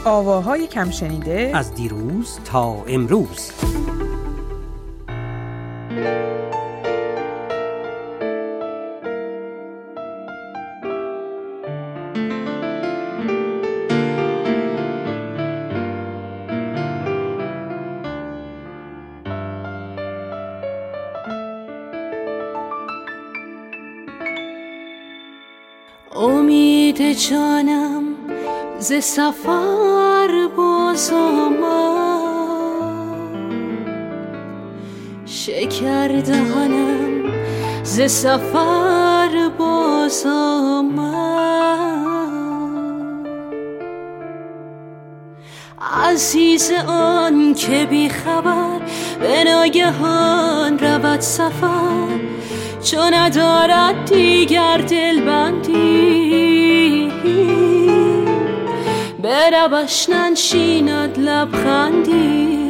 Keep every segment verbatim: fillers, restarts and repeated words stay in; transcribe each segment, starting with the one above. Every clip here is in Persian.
آواهای کم شنیده از دیروز تا امروز. امید جانم ز سفر باز آمد، شکر دهنم ز سفر باز آمد. عزیز آن که بی خبر به ناگهان رود سفر، چون ندارد دیگر دلبندی، به لبش ننشیند لبخندی.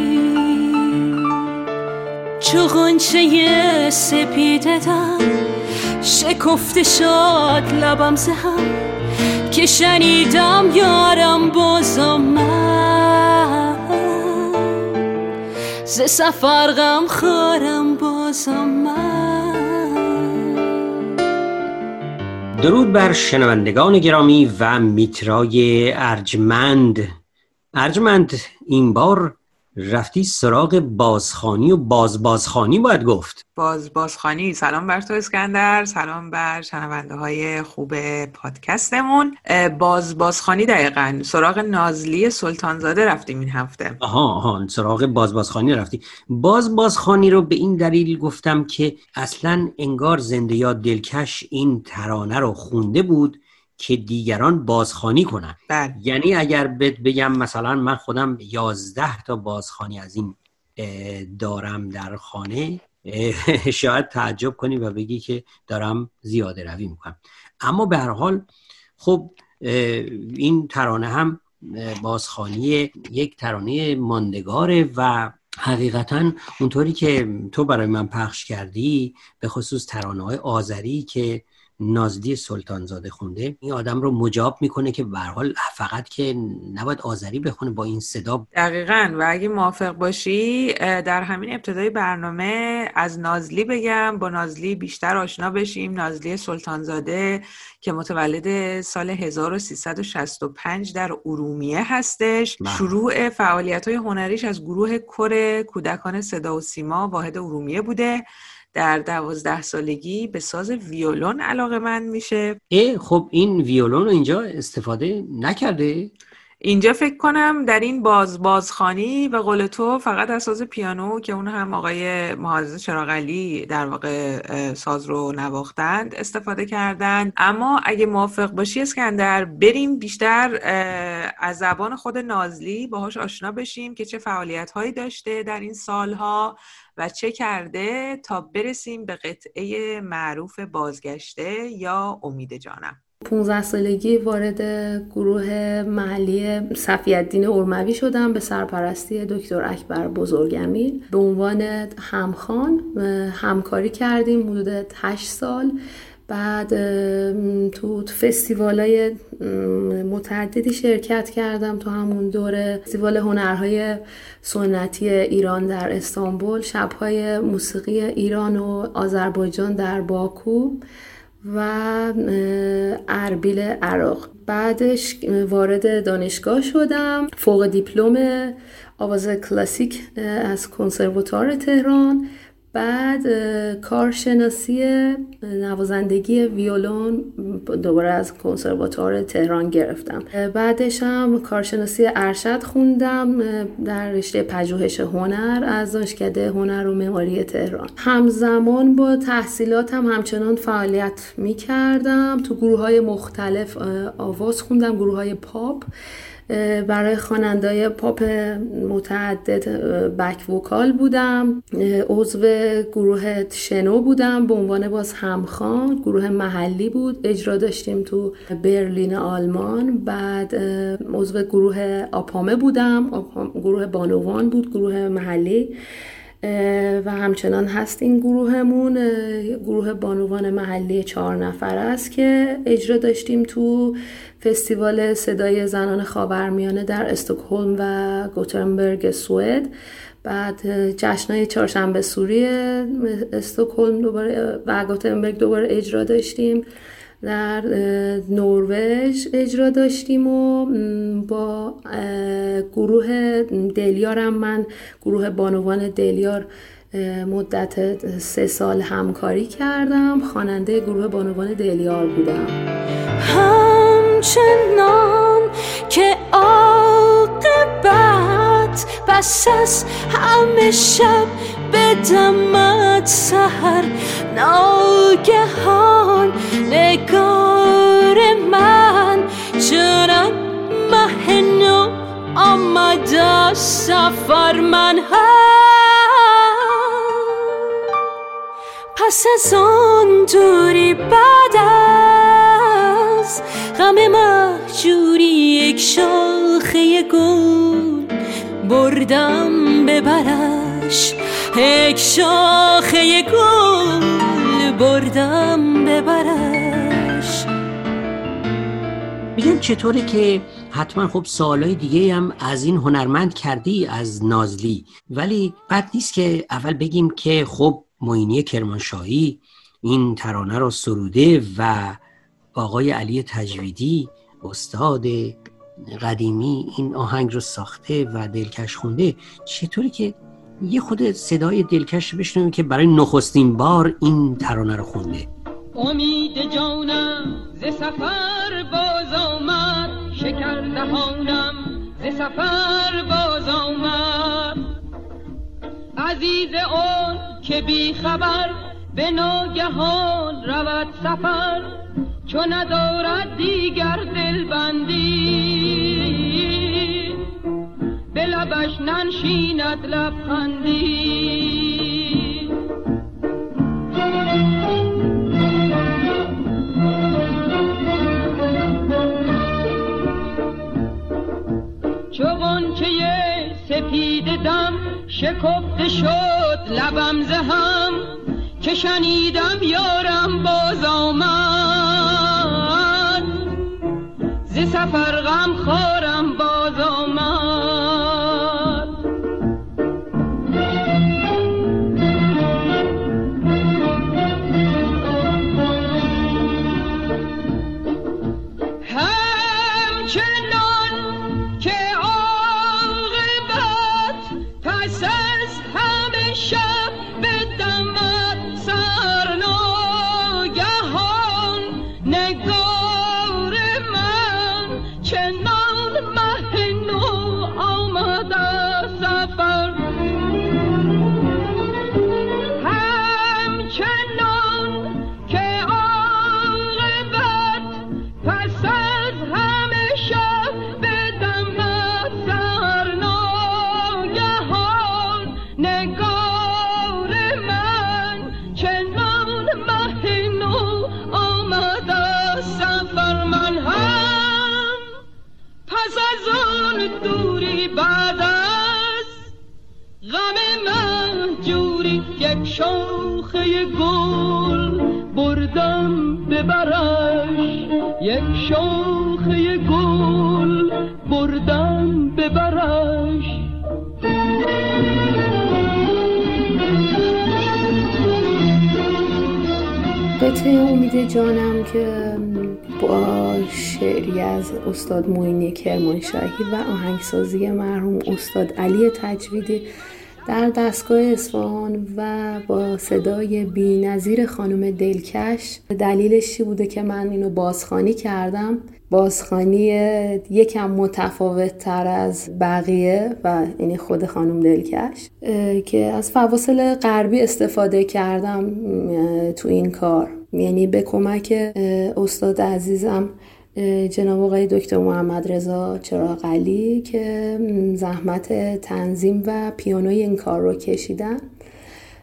چو غنچه سپیده دم شکفته شد لبم ز هم، که شنیدم یارم باز آمد. ز سفر غم خورم باز آمد. درود بر شنوندگان گرامی و میترای ارجمند. ارجمند، این بار رفتی سراغ بازخوانی و باز بازخوانی باید گفت. باز بازخوانی. سلام بر تو اسکندر، سلام بر شنونده های خوب پادکستمون. باز بازخوانی دقیقاً سراغ نازلی سلطانزاده رفتیم این هفته. آها آها سراغ باز بازخوانی رفتی. باز بازخوانی رو به این دلیل گفتم که اصلاً انگار زنده یاد دلکش این ترانه رو خونده بود که دیگران بازخوانی کنن. بله. یعنی اگر بگم مثلا من خودم یازده تا بازخوانی از این دارم در خانه، شاید تعجب کنی و بگی که دارم زیاده روی میکنم، اما به هر حال خب این ترانه هم بازخوانی یک ترانه ماندگاره و حقیقتاً اونطوری که تو برای من پخش کردی، به خصوص ترانه‌های آذری که نازلی سلطانزاده خونده، این آدم رو مجاب میکنه که به هر حال فقط که نباید آذری بخونه با این صدا. دقیقاً. و اگه موافق باشی در همین ابتدای برنامه از نازلی بگم، با نازلی بیشتر آشنا بشیم. نازلی سلطانزاده که متولد سال هزار و سیصد و شصت و پنج در ارومیه هستش. بله. شروع فعالیت‌های هنریش از گروه کور کودکان صدا و سیما واحد ارومیه بوده. در دوازده سالگی به ساز ویولون علاقه‌مند میشه. اه خب این ویولون رو اینجا استفاده نکرده؟ اینجا فکر کنم در این باز بازخوانی و قول تو فقط از ساز پیانو که اون هم آقای محافظ چراغعلی در واقع ساز رو نواختند استفاده کردند. اما اگه موافق باشی اسکندر، بریم بیشتر از زبان خود نازلی باهاش آشنا بشیم که چه فعالیت‌هایی داشته در این سالها و چه کرده تا برسیم به قطعه معروف بازگشته یا امید جانم. پونزده سالگی وارد گروه محلی صفی‌الدین ارموی شدم به سرپرستی دکتر اکبر بزرگمی. به عنوان همخوان همکاری کردیم حدود هشت سال. بعد تو فستیوالای متعددی شرکت کردم. تو همون دوره فستیوال هنرهای سنتی ایران در استانبول، شب‌های موسیقی ایران و آذربایجان در باکو و اربیل عراق. بعدش وارد دانشگاه شدم، فوق دیپلم آواز کلاسیک از کنسرواتوار تهران. بعد کارشناسی نوازندگی ویولون دوباره از کنسرواتوار تهران گرفتم. بعدش هم کارشناسی ارشد خوندم در رشته پژوهش هنر از دانشکده هنر و معماری تهران. همزمان با تحصیلاتم هم همچنان فعالیت می کردم. تو گروه‌های مختلف آواز خوندم، گروه‌های پاپ. برای خواننده‌های پاپ متعدد بک وکال بودم. عضو گروه شنو بودم به عنوان باز همخوان. گروه محلی بود، اجرا داشتیم تو برلین آلمان. بعد عضو گروه آپامه بودم، گروه بانوان بود، گروه محلی. و همچنان هست این گروهمون. گروه بانوان محلی چهار نفر است که اجرا داشتیم تو فستیوال صدای زنان خاورمیانه در استکهلم و گوتنبرگ سوئد. بعد جشن‌های چهارشنبه سوری استکهلم دوباره و گوتنبرگ دوباره اجرا داشتیم. در نروژ اجرا داشتیم و با گروه دلیارم، من گروه بانوان دلیار مدت سه سال همکاری کردم، خواننده گروه بانوان دلیار بودم. همچنان که عاقبت پس از همه شب بدمد سحر، ناگهان نگار من چنان مه نو آمده سفر. من هم پس از آن دوری بعد از غم مهجوری یک شاخه گل بردم ببرش، یک شاخه گل بردم ببرش. میگم چطوره که حتما خب سالهای دیگه هم از این هنرمند کردی از نازلی، ولی بد نیست که اول بگیم که خب معینی کرمانشاهی این ترانه رو سروده و آقای علی تجویدی استاد قدیمی این آهنگ رو ساخته و دلکش خونده. چطوری که یه خود صدای دلکش بشنویم که برای نخستین بار این ترانه رو خونده؟ امید جانم ز سفر باز آمد، شکر دهانم ز سفر باز آمد. عزیز اون که بی خبر به ناگهان رود سفر، چون ندارد دیگر دلبندی، به لبش ننشیند لبخندی. چون که یه سپید دم شکفته شد لبم ز هم، که شنیدم یارم باز آمد، ز سفر غم خارم باز آمد. همچنان که عاقبت پس از همه شب بدمد سر، ناگهان نگار من چنان مه نو آمده سفر. همچنان که عاقبت پس از همه شب بدمد سر، ناگهان نگار من چنان مه نو آمده سفر. من هم پس از آن دوری بعد از غم مهجوری یک شاخه گل بردم ببرش، یک شاخه گل بردم ببرش. قطعه امید جانم که با شعری از استاد معینی کرمانشاهی و آهنگسازی مرحوم استاد علی تجویدی در دستگاه اصفهان و با صدای بی‌نظیر خانم دلکش. دلیلش چی بوده که من اینو بازخوانی کردم؟ بازخوانی یکم متفاوت تر از بقیه و یعنی خود خانم دلکش که از فواصل غربی استفاده کردم تو این کار، یعنی به کمک استاد عزیزم جناب آقای دکتر محمد رضا چراغعلی که زحمت تنظیم و پیانوی این کار رو کشیدن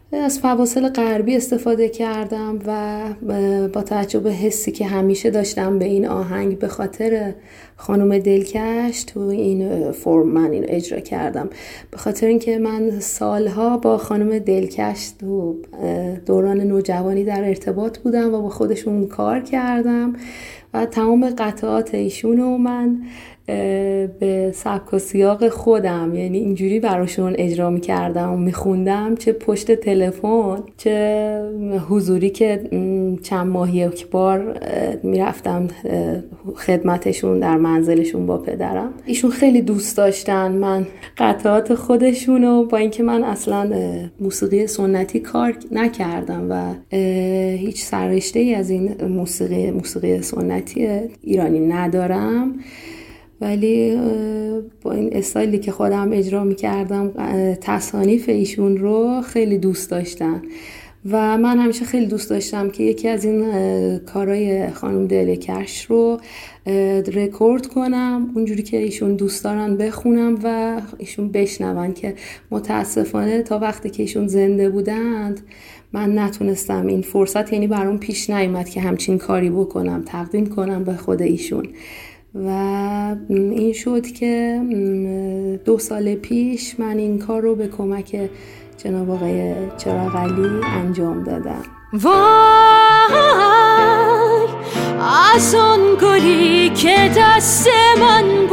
از فواصل غربی استفاده کردم و با توجه به حسی که همیشه داشتم به این آهنگ به خاطر خانم دلکش تو این فرم من این اجرا کردم، به خاطر اینکه من سالها با خانم دلکش تو دوران نوجوانی در ارتباط بودم و با خودشون کار کردم و تمام قطعات ایشونو من به سبک و سیاق خودم یعنی اینجوری براشون اجرا می‌کردم و می‌خوندم، چه پشت تلفن چه حضوری که چند ماهی یک بار میرفتم خدمتشون در منزلشون با پدرم. ایشون خیلی دوست داشتن من قطعات خودشونو، با اینکه من اصلا موسیقی سنتی کار نکردم و هیچ سررشته‌ای از این موسیقی موسیقی سنتی ایرانی ندارم، ولی با این استایلی که خودم اجرا می‌کردم تصانیف ایشون رو خیلی دوست داشتن و من همیشه خیلی دوست داشتم که یکی از این کارهای خانم دلکش رو رکورد کنم اونجوری که ایشون دوست دارن بخونم و ایشون بشنون، که متاسفانه تا وقتی که ایشون زنده بودند من نتونستم این فرصت یعنی برام پیش نیامد که همچین کاری بکنم، تقدیم کنم به خود ایشون. و این شد که دو سال پیش من این کار رو به کمک جناب آقای چراغ علی انجام دادم. وای از اون گلی که دست من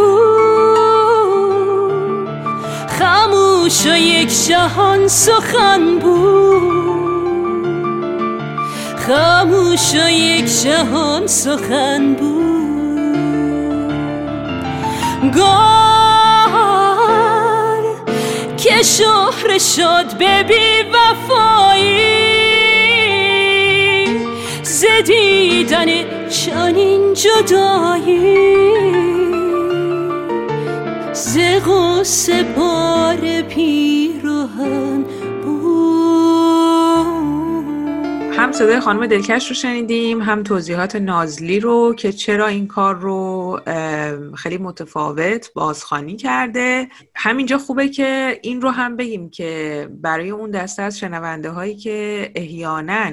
بود، خاموش و یک جهان سخن بود، خاموش و یک جهان سخن بود. گار که شهر شد به بی وفایی، ز دیدن چنین جدایی، ز غصه بار پیراهن هم صدای خانم دلکش رو شنیدیم، هم توضیحات نازلی رو که چرا این کار رو خیلی متفاوت بازخوانی کرده. همینجا خوبه که این رو هم بگیم که برای اون دسته از شنونده هایی که احیانا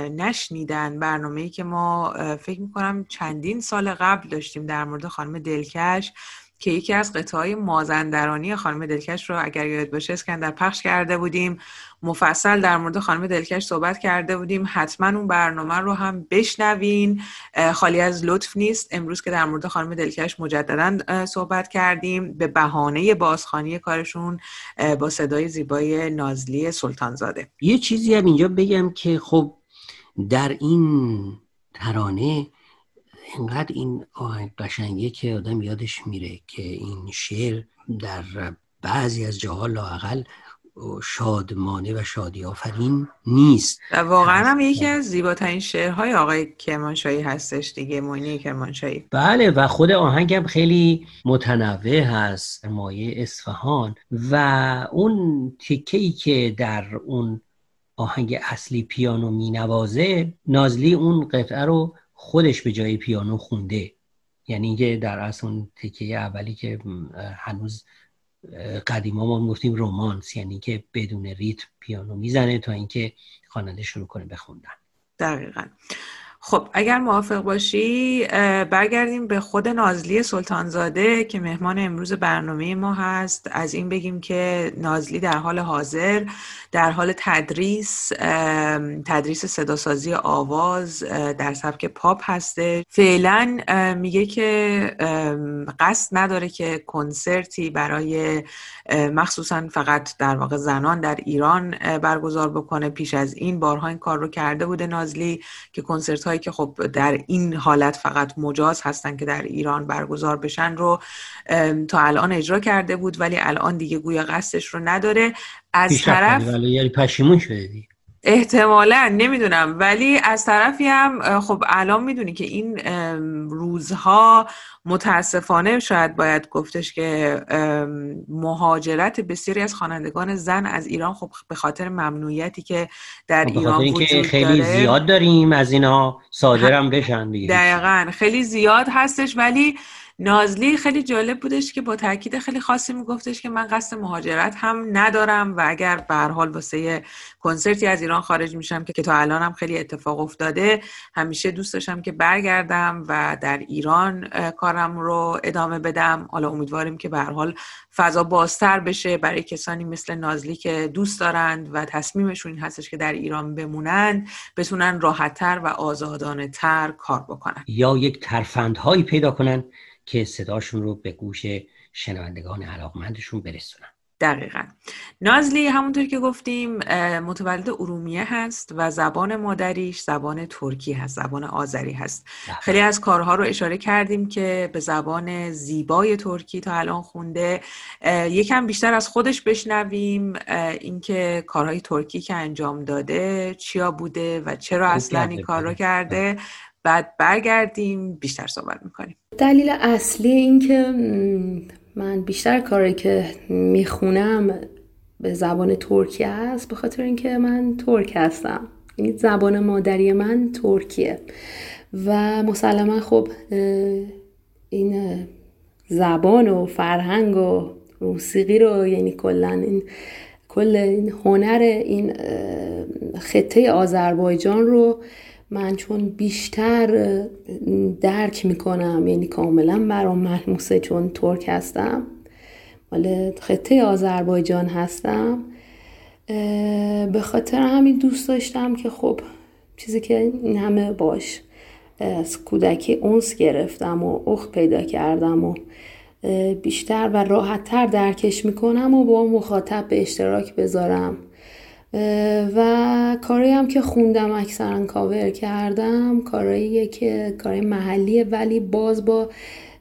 نشنیدن برنامه‌ای که ما فکر میکنم چندین سال قبل داشتیم در مورد خانم دلکش، که یکی از قطعه‌های مازندرانی خانم دلکش رو اگر یاد باشه اسکندر پخش کرده بودیم، مفصل در مورد خانم دلکش صحبت کرده بودیم. حتما اون برنامه رو هم بشنوین، خالی از لطف نیست. امروز که در مورد خانم دلکش مجددا صحبت کردیم به بهانه بازخوانی کارشون با صدای زیبای نازلی سلطانزاده. یه چیزی هم اینجا بگم که خب در این ترانه اینقدر این آهنگ قشنگه که آدم یادش میره که این شعر در بعضی از جاها لااقل شادمانه و شادی آفرین نیست و واقعا هم یکی از زیباترین شعرهای آقای کرمانشاهی هستش دیگه، معینی کرمانشاهی. بله و خود آهنگ هم خیلی متنوع هست، مایه اصفهان، و اون تیکه‌ای که در اون آهنگ اصلی پیانو می نوازه، نازلی اون قطعه رو خودش به جای پیانو خونده. یعنی که در اصل اون تیکه اولی که هنوز قدیما ما گفتیم رومانس، یعنی که بدون ریتم پیانو میزنه تا اینکه خواننده شروع کنه بخوندن. دقیقاً. خب اگر موافق باشی برگردیم به خود نازلی سلطانزاده که مهمان امروز برنامه ما هست. از این بگیم که نازلی در حال حاضر در حال تدریس تدریس صداسازی آواز در سبک پاپ هسته. فعلا میگه که قصد نداره که کنسرتی برای مخصوصا فقط در واقع زنان در ایران برگزار بکنه. پیش از این بارها این کار رو کرده بوده نازلی که کنسرت هایی که خب در این حالت فقط مجاز هستن که در ایران برگزار بشن رو تا الان اجرا کرده بود، ولی الان دیگه گویا قصدش رو نداره. از طرف ولی یعنی پشیمون شده دی. احتمالاً نمیدونم، ولی از طرفی هم خب الان میدونی که این روزها متاسفانه شاید باید گفتش که مهاجرت بسیاری از خوانندگان زن از ایران خب به خاطر ممنوعیتی که در ایران وجود داره، خیلی زیاد داریم از اینا صادرم بشن دیگه. دقیقاً خیلی زیاد هستش، ولی نازلی خیلی جالب بودش که با تاکید خیلی خاصی میگفتش که من قصد مهاجرت هم ندارم و اگر به هر حال واسه کنسرتی از ایران خارج میشم که تا الان هم خیلی اتفاق افتاده، همیشه دوست داشتم که برگردم و در ایران کارم رو ادامه بدم. حالا امیدواریم که به هر حال فضا بازتر بشه برای کسانی مثل نازلی که دوست دارند و تصمیمشون این هستش که در ایران بمونن، بتونن راحت‌تر و آزادانه‌تر کار بکنن یا یک ترفندهایی پیدا کنن که صداشون رو به گوش شنوندگان علاقمندشون برسونن. دقیقاً. نازلی همونطور که گفتیم متولد ارومیه هست و زبان مادریش زبان ترکی هست، زبان آذری هست. دقیقا. خیلی از کارها رو اشاره کردیم که به زبان زیبای ترکی تا الان خونده. یکم بیشتر از خودش بشنویم اینکه کارهای ترکی که انجام داده چیا بوده و چرا اصلا این کار رو کرده. بعد برگردیم بیشتر صحبت میکنیم. دلیل اصلی این که من بیشتر کاری که میخونم به زبان ترکی هست به خاطر اینکه من ترک هستم، این زبان مادری من ترکیه و مسلما خب این زبان و فرهنگ و موسیقی رو، یعنی کلا این کل این هنر این خطه آذربایجان رو من چون بیشتر درک میکنم، یعنی کاملا برام ملموسه چون ترک هستم، مال خطه آذربایجان هستم، به خاطر همین دوست داشتم که خب چیزی که این همه باش از کودکی انس گرفتم و اخت پیدا کردم و بیشتر و راحت‌تر درکش میکنم و با مخاطب به اشتراک بذارم و کاری هم که خوندم اکثرا کاور کردم کاراییه که کارای محلیه ولی باز با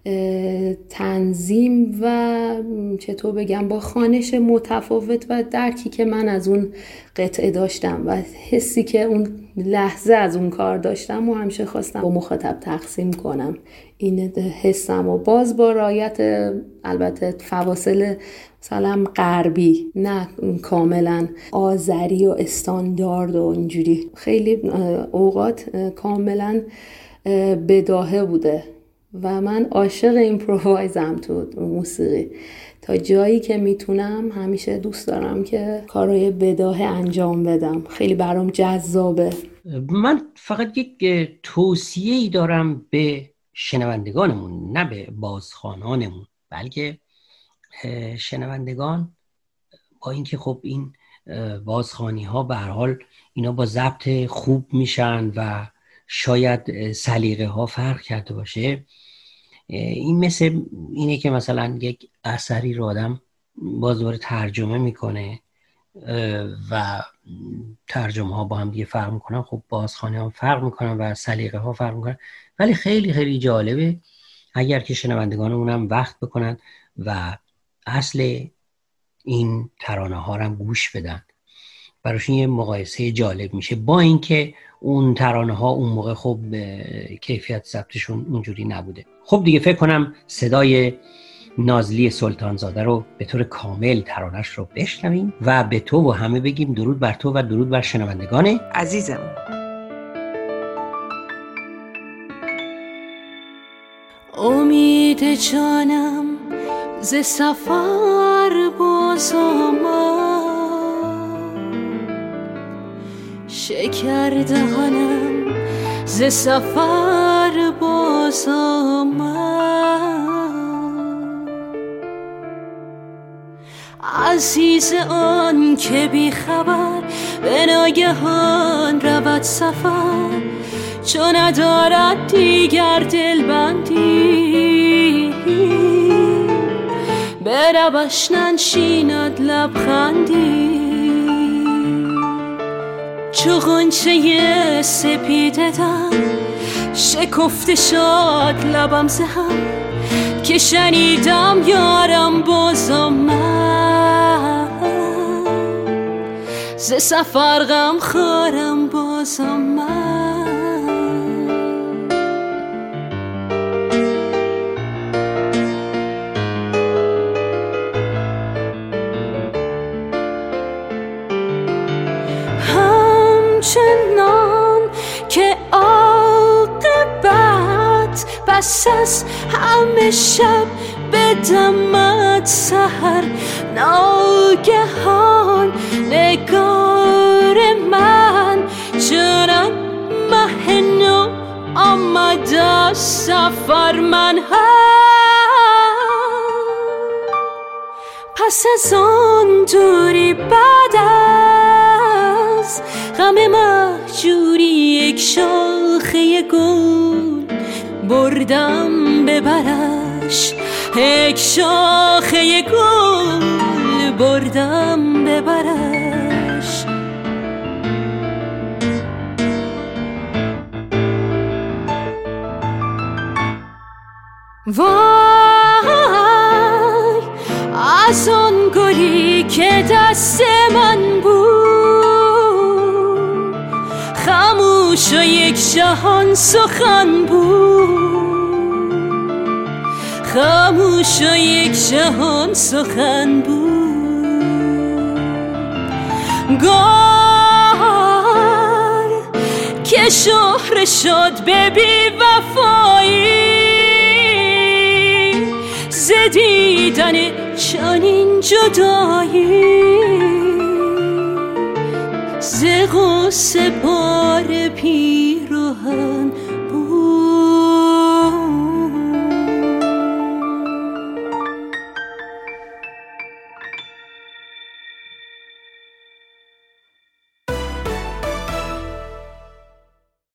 تنظیم و چطور بگم با خوانش متفاوت و درکی که من از اون قطعه داشتم و حسی که اون لحظه از اون کار داشتم و همیشه خواستم با مخاطب تقسیم کنم این حسم و باز با رعایت البته فواصل مثلا غربی، نه کاملا آذری و استاندارد و اینجوری. خیلی اوقات کاملا بداهه بوده و من عاشق ایمپرووایزم تو موسیقی. تا جایی که میتونم همیشه دوست دارم که کارهای بداهه انجام بدم، خیلی برام جذابه. من فقط یک توصیه‌ای دارم به شنوندگانمون، نه به بازخوانانمون، بلکه شنوندگان با اینکه خب این بازخوانی ها به هر حال اینا با ضبط خوب میشن و شاید سلیقه ها فرق کرده باشه، این مثل اینه که مثلا یک اثری رو آدم باز دوباره ترجمه میکنه و ترجمه ها با هم دیگه فرق میکنن، خب بازخوانی ها فرق میکنن و سلیقه ها فرق میکنن، ولی خیلی خیلی جالبه اگر که شنوندگانمون هم وقت بکنن و اصل این ترانه ها رو هم گوش بدن، براشون یه مقایسه جالب میشه با اینکه اون ترانه ها اون موقع خب کیفیت ضبطشون اونجوری نبوده. خب دیگه فکر کنم صدای نازلی سلطانزاده رو به طور کامل ترانش رو بشنویم و به تو و همه بگیم درود بر تو و درود بر شنوندگان عزیزم. امید جانم ز سفر باز آمد، شکر دهنم ز سفر باز آمد، عزیز آن که بی خبر به ناگهان رود سفر، چون ندارد دیگر دلبندی، به لبش ننشیند لبخندی، چو غنچه سپیده دم شکفته شد لبم ز هم، که شنیدم یارم باز آمد، ز سفر غم خورم باز آمد. همچنان که عاقبت بس است همه شب بدمد سحر ناگهان نگار من چنان مه نو آمده سفر من هم پس از آن دوری بعد از غم مهجوری یک شاخه گل بردم ببرش یک شاخه گل بردم ببرش وای از آن گلی که دست من بود خاموش و یک جهان سخن بود خاموش و یک جهان سخن بود گل که شهره شد به بی وفایی ز دیدن چنین جدایی ز غصه بار پیراهن